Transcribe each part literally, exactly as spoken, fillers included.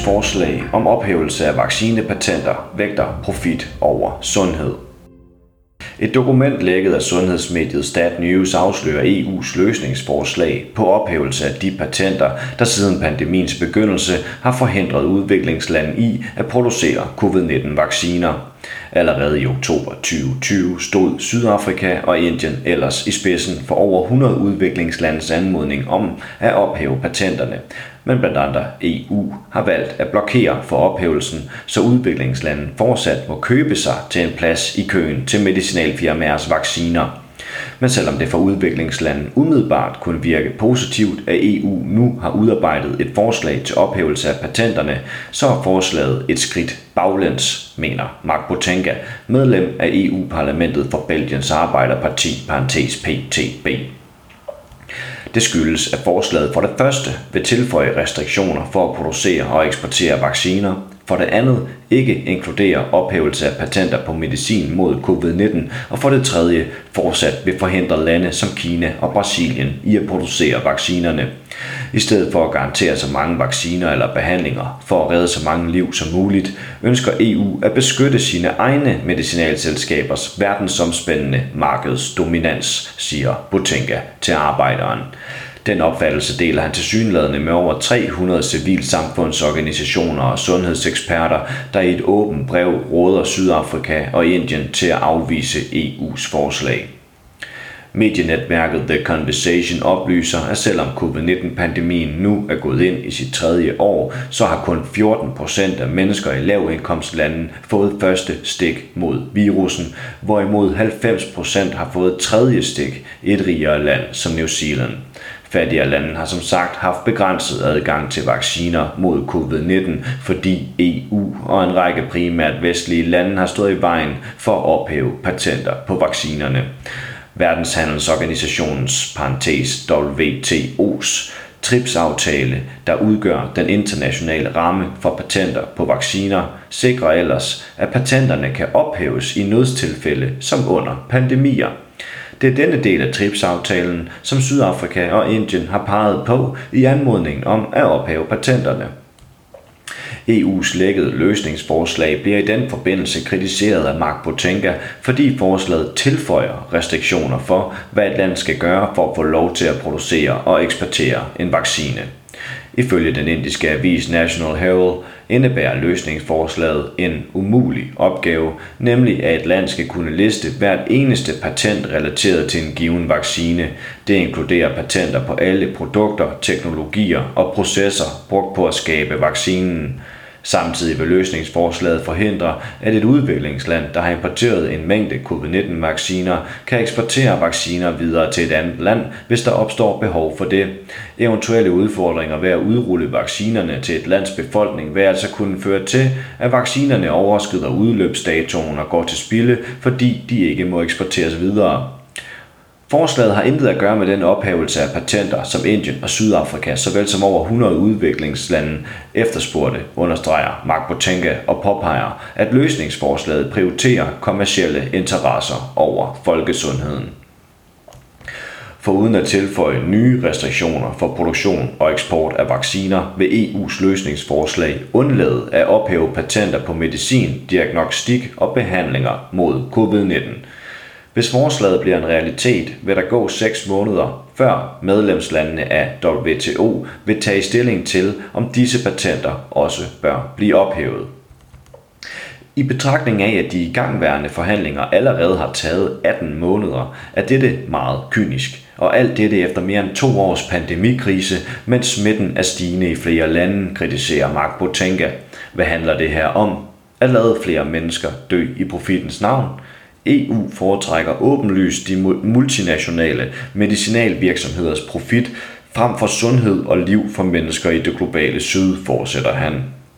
U's forslag om ophævelse af vaccinepatenter vægter profit over sundhed. Et dokument lækket af sundhedsmediet Stat News afslører E U's løsningsforslag på ophævelse af de patenter, der siden pandemiens begyndelse har forhindret udviklingslande i at producere covid nitten vacciner. Allerede i oktober tyve tyve stod Sydafrika og Indien ellers i spidsen for over hundrede udviklingslandes anmodning om at ophæve patenterne, men blandt andet E U har valgt at blokere for ophævelsen, så udviklingslandene fortsat må købe sig til en plads i køen til medicinalfirmaers vacciner. Men selvom det for udviklingslande umiddelbart kunne virke positivt, at E U nu har udarbejdet et forslag til ophævelse af patenterne, så er forslaget et skridt baglæns, mener Mark Botenga, medlem af E U-parlamentet for Belgiens Arbejderparti, parentes P T B. Det skyldes, at forslaget for det første vil tilføje restriktioner for at producere og eksportere vacciner, for det andet ikke inkludere ophævelse af patenter på medicin mod covid nitten, og for det tredje fortsat vil forhindre lande som Kina og Brasilien i at producere vaccinerne. I stedet for at garantere så mange vacciner eller behandlinger for at redde så mange liv som muligt, ønsker E U at beskytte sine egne medicinalselskabers verdensomspændende markedsdominans, siger Botenga til Arbejderen. Den opfattelse deler han tilsyneladende med over tre hundrede civilsamfundsorganisationer og sundhedseksperter, der i et åbent brev råder Sydafrika og Indien til at afvise E U's forslag. Medienetværket The Conversation oplyser, at selvom covid nitten-pandemien nu er gået ind i sit tredje år, så har kun fjorten procent af mennesker i lavindkomstlande fået første stik mod virussen, hvorimod halvfems procent har fået tredje stik i et rigere land som New Zealand. Fattigere lande har som sagt haft begrænset adgang til vacciner mod covid nitten, fordi E U og en række primært vestlige lande har stået i vejen for at ophæve patenter på vaccinerne. Verdenshandelsorganisationens parentes W T O's TRIPS-aftale, der udgør den internationale ramme for patenter på vacciner, sikrer ellers, at patenterne kan ophæves i nødstilfælde som under pandemier. Det er denne del af TRIPS-aftalen, som Sydafrika og Indien har peget på i anmodningen om at ophæve patenterne. E U's lækkede løsningsforslag bliver i den forbindelse kritiseret af Mark Botenga, fordi forslaget tilføjer restriktioner for, hvad et land skal gøre for at få lov til at producere og eksportere en vaccine. Ifølge den indiske avis National Herald indebærer løsningsforslaget en umulig opgave, nemlig at et land skal kunne liste hvert eneste patent relateret til en given vaccine. Det inkluderer patenter på alle produkter, teknologier og processer brugt på at skabe vaccinen. Samtidig vil løsningsforslaget forhindre, at et udviklingsland, der har importeret en mængde covid nitten vacciner, kan eksportere vacciner videre til et andet land, hvis der opstår behov for det. Eventuelle udfordringer ved at udrulle vaccinerne til et lands befolkning vil altså kunne føre til, at vaccinerne overskrider udløbsdatoen og går til spilde, fordi de ikke må eksporteres videre. Forslaget har intet at gøre med den ophævelse af patenter, som Indien og Sydafrika, såvel som over hundrede udviklingslande efterspurgte, understreger Mark Botenga og påpeger, at løsningsforslaget prioriterer kommercielle interesser over folkesundheden. Foruden at tilføje nye restriktioner for produktion og eksport af vacciner, vil E U's løsningsforslag undlade at ophæve patenter på medicin, diagnostik og behandlinger mod covid nitten. Hvis forslaget bliver en realitet, vil der gå seks måneder, før medlemslandene af W T O vil tage stilling til, om disse patenter også bør blive ophævet. I betragtning af, at de igangværende forhandlinger allerede har taget atten måneder, er dette meget kynisk, og alt dette efter mere end to års pandemikrise, mens smitten er stigende i flere lande, kritiserer Mark Botenga. Hvad handler det her om? At lade flere mennesker dø i profitens navn? E U foretrækker åbenlyst de multinationale medicinalvirksomheders profit frem for sundhed og liv for mennesker i det globale syd, fortsætter han.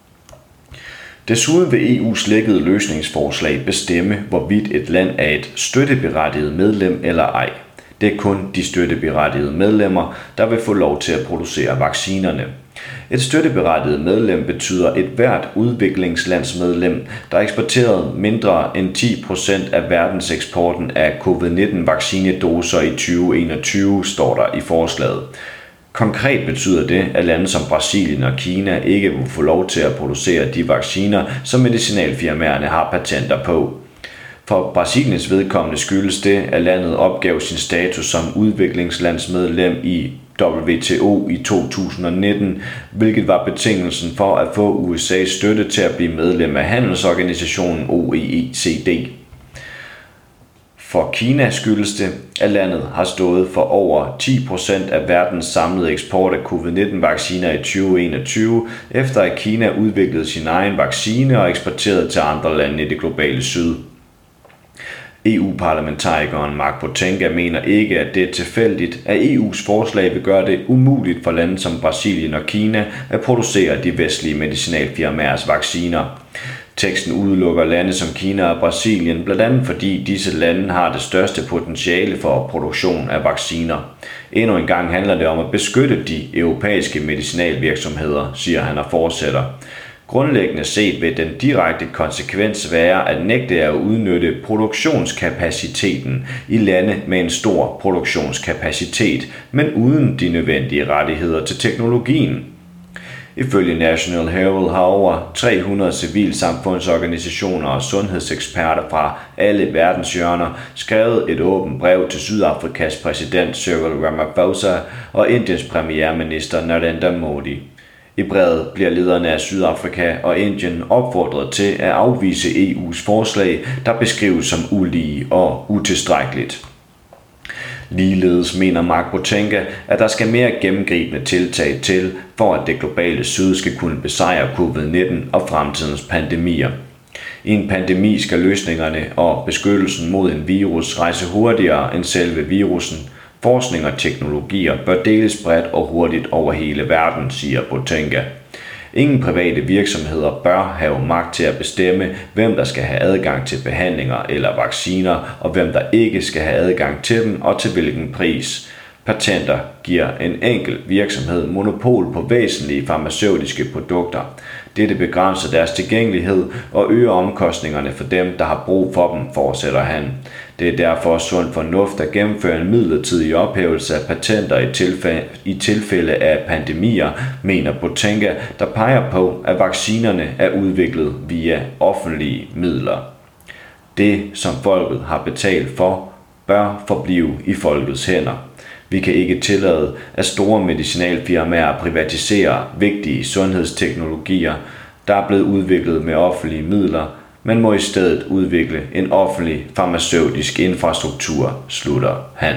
Desuden vil E U's lækkede løsningsforslag bestemme, hvorvidt et land er et støtteberettiget medlem eller ej. Det er kun de støtteberettigede medlemmer, der vil få lov til at producere vaccinerne. Et støtteberettiget medlem betyder et hvert udviklingslandsmedlem, der eksporterede mindre end ti procent af verdenseksporten af covid nitten vaccinedoser i tyve enogtyve, står der i forslaget. Konkret betyder det, at lande som Brasilien og Kina ikke vil få lov til at producere de vacciner, som medicinalfirmaerne har patenter på. For Brasiliens vedkommende skyldes det, at landet opgav sin status som udviklingslandsmedlem i W T O i to tusind og nitten, hvilket var betingelsen for at få U S A's støtte til at blive medlem af handelsorganisationen O E C D. For Kina skyldes det, at landet har stået for over ti procent af verdens samlede eksport af covid nitten vacciner i tyve enogtyve, efter at Kina udviklede sin egen vaccine og eksporterede til andre lande i det globale syd. E U-parlamentarikeren Mark Botenga mener ikke, at det er tilfældigt, at E U's forslag vil gøre det umuligt for lande som Brasilien og Kina at producere de vestlige medicinalfirmaers vacciner. Teksten udelukker lande som Kina og Brasilien, blandt andet fordi disse lande har det største potentiale for produktion af vacciner. Endnu en gang handler det om at beskytte de europæiske medicinalvirksomheder, siger han og fortsætter. Grundlæggende set vil den direkte konsekvens være at nægte at udnytte produktionskapaciteten i lande med en stor produktionskapacitet, men uden de nødvendige rettigheder til teknologien. Ifølge National Herald har over tre hundrede civilsamfundsorganisationer og sundhedseksperter fra alle verdenshjørner skrevet et åbent brev til Sydafrikas præsident Cyril Ramaphosa og Indiens premierminister Narendra Modi. I brevet bliver lederne af Sydafrika og Indien opfordret til at afvise E U's forslag, der beskrives som ulige og utilstrækkeligt. Ligeledes mener Mark Botenga, at der skal mere gennemgribende tiltag til, for at det globale syd skal kunne besejre covid nitten og fremtidens pandemier. I en pandemi skal løsningerne og beskyttelsen mod en virus rejse hurtigere end selve virussen. Forskning og teknologier bør deles bredt og hurtigt over hele verden, siger Botenga. Ingen private virksomheder bør have magt til at bestemme, hvem der skal have adgang til behandlinger eller vacciner, og hvem der ikke skal have adgang til dem og til hvilken pris. Patenter giver en enkelt virksomhed monopol på væsentlige farmaceutiske produkter. Dette begrænser deres tilgængelighed og øger omkostningerne for dem, der har brug for dem, fortsætter han. Det er derfor sund fornuft at gennemføre en midlertidig ophævelse af patenter i tilfælde, i tilfælde af pandemier, mener Botenga, der peger på, at vaccinerne er udviklet via offentlige midler. Det, som folket har betalt for, bør forblive i folkets hænder. Vi kan ikke tillade, at store medicinalfirmaer privatiserer vigtige sundhedsteknologier, der er blevet udviklet med offentlige midler, men må i stedet udvikle en offentlig farmaceutisk infrastruktur, slutter han.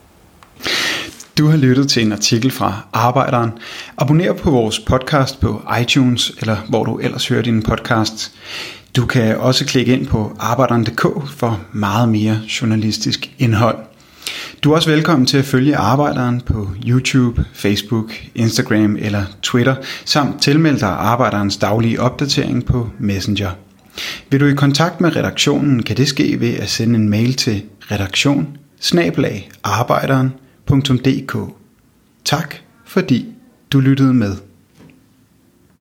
Du har lyttet til en artikel fra Arbejderen. Abonner på vores podcast på iTunes, eller hvor du ellers hører dine podcasts. Du kan også klikke ind på arbejderen punktum d k for meget mere journalistisk indhold. Du er også velkommen til at følge Arbejderen på YouTube, Facebook, Instagram eller Twitter, samt tilmelde dig Arbejderens daglige opdatering på Messenger. Vil du i kontakt med redaktionen, kan det ske ved at sende en mail til redaktion bindestreg arbejderen punktum d k. Tak fordi du lyttede med.